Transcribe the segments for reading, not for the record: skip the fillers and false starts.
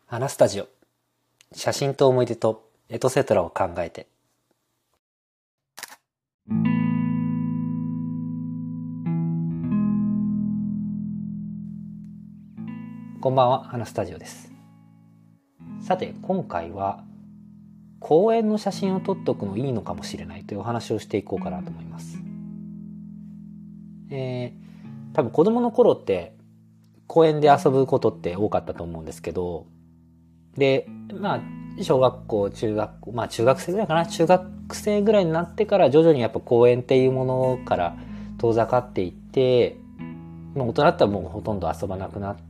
花スタジオ、写真と思い出とエトセトラを考えて。こんばんは、花スタジオです。さて、今回は公園の写真を撮っておくのいいのかもしれないというお話をしていこうかなと思います。多分子供の頃って公園で遊ぶことって多かったと思うんですけど、で、小学校、中学校、中学生ぐらいかな、中学生ぐらいになってから徐々にやっぱ公園っていうものから遠ざかっていって、大人だったらもうほとんど遊ばなくなって、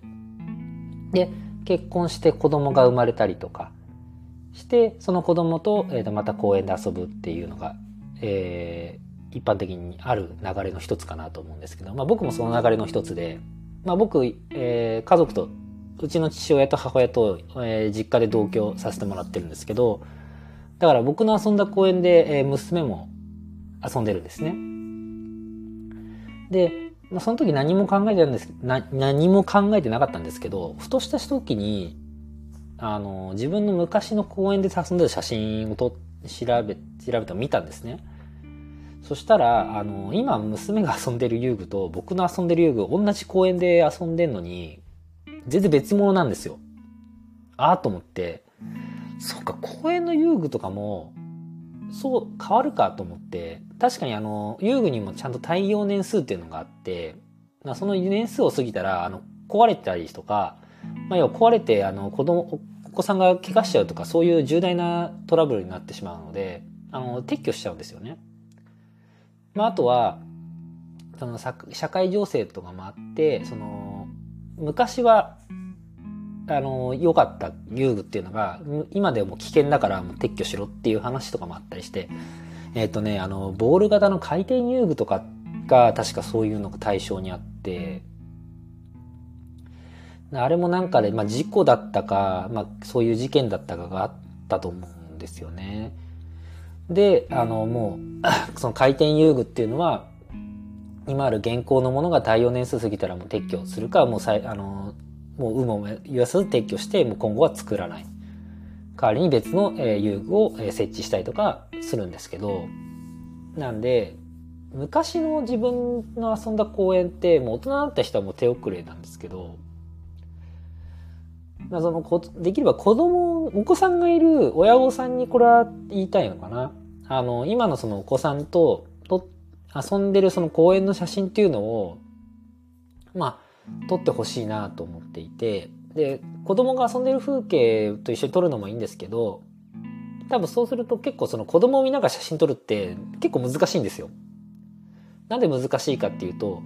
で、結婚して子供が生まれたりとかして、その子供と、また公園で遊ぶっていうのが、一般的にある流れの一つかなと思うんですけど、僕もその流れの一つで、僕、家族とうちの父親と母親と、実家で同居させてもらってるんですけど、だから僕の遊んだ公園で、娘も遊んでるんですね。で、その時何も考えてなかったんですけど、ふとした時に自分の昔の公園で遊んでる写真を調べて見たんですね。そしたら今娘が遊んでる遊具と僕の遊んでる遊具同じ公園で遊んでんのに全然別物なんですよ。と思って、そっか、公園の遊具とかもそう変わるかと思って、確かに遊具にもちゃんと耐用年数っていうのがあって、その年数を過ぎたら壊れたりとか、要は壊れてお子さんが怪我しちゃうとか、そういう重大なトラブルになってしまうので撤去しちゃうんですよね。あとはその社会情勢とかもあって、昔は良かった遊具っていうのが今でも危険だからもう撤去しろっていう話とかもあったりして、ボール型の回転遊具とかが確かそういうのが対象にあって、あれもなんかで、事故だったか、そういう事件だったかがあったと思うんですよね。で、もうその回転遊具っていうのは今ある現行のものが耐用年数過ぎたらもう撤去するか、もうもう有無を言わさず撤去して、もう今後は作らない。代わりに別の遊具を設置したりとかするんですけど、なんで、昔の自分の遊んだ公園って、もう大人だった人はもう手遅れなんですけど、できればお子さんがいる親御さんにこれは言いたいのかな。今のそのお子さんと遊んでるその公園の写真っていうのを、撮ってほしいなと思っていて、で、子供が遊んでる風景と一緒に撮るのもいいんですけど、多分そうすると結構その子供を見ながら写真撮るって結構難しいんですよ。なんで難しいかっていうと、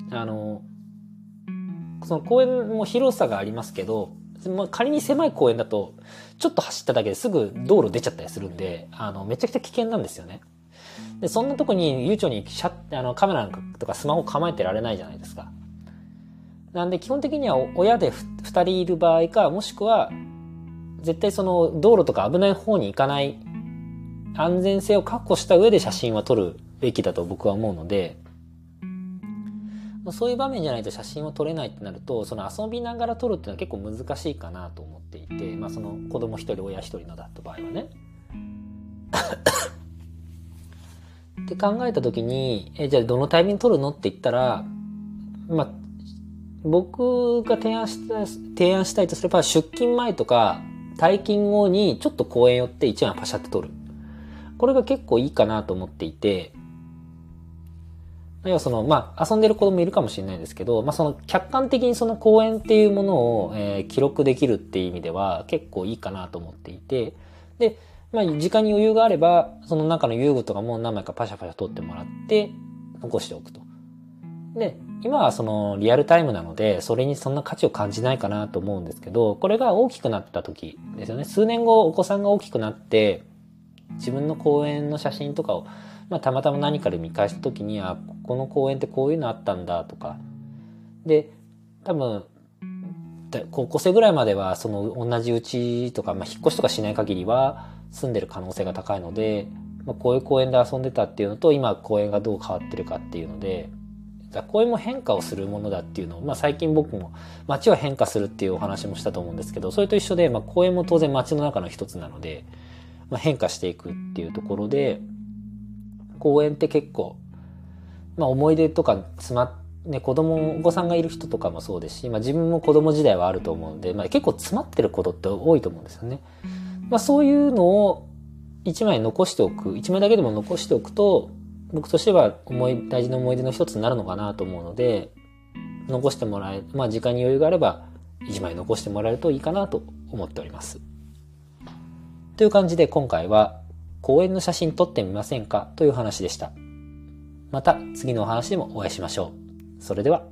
その公園も広さがありますけど、仮に狭い公園だとちょっと走っただけですぐ道路出ちゃったりするんで、めちゃくちゃ危険なんですよね。で、そんなとこに悠長にカメラとかスマホ構えてられないじゃないですか。なんで基本的には親で2人いる場合か、もしくは絶対その道路とか危ない方に行かない安全性を確保した上で写真は撮るべきだと僕は思うので、そういう場面じゃないと写真を撮れないってなると、その遊びながら撮るっていうのは結構難しいかなと思っていて、その子供一人親一人のだった場合はねって考えた時に、じゃあどのタイミング撮るのって言ったら、僕が提案したいとすれば、出勤前とか退勤後にちょっと公園寄って一枚パシャって撮る。これが結構いいかなと思っていて、要は遊んでる子供いるかもしれないですけど、その客観的にその公園っていうものを、記録できるっていう意味では結構いいかなと思っていて、で、時間に余裕があれば、その中の遊具とかも何枚かパシャパシャ撮ってもらって残しておくと。で、今はそのリアルタイムなので、それにそんな価値を感じないかなと思うんですけど、これが大きくなった時ですよね。数年後お子さんが大きくなって、自分の公園の写真とかを、たまたま何かで見返した時に、この公園ってこういうのあったんだとか。で、多分、高校生ぐらいまではその同じ家とか、引っ越しとかしない限りは住んでる可能性が高いので、こういう公園で遊んでたっていうのと、今公園がどう変わってるかっていうので、 公園も変化をするものだっていうのを、最近僕も街は変化するっていうお話もしたと思うんですけど、それと一緒で、公園も当然街の中の一つなので、変化していくっていうところで、公園って結構、思い出とかお子さんがいる人とかもそうですし、自分も子供時代はあると思うので、結構詰まってることって多いと思うんですよね。そういうのを一枚残しておく、一枚だけでも残しておくと、僕としては大事な思い出の一つになるのかなと思うので、残してもらえ、時間に余裕があれば一枚残してもらえるといいかなと思っております。という感じで今回は公園の写真撮ってみませんかという話でした。また次のお話でもお会いしましょう。それでは。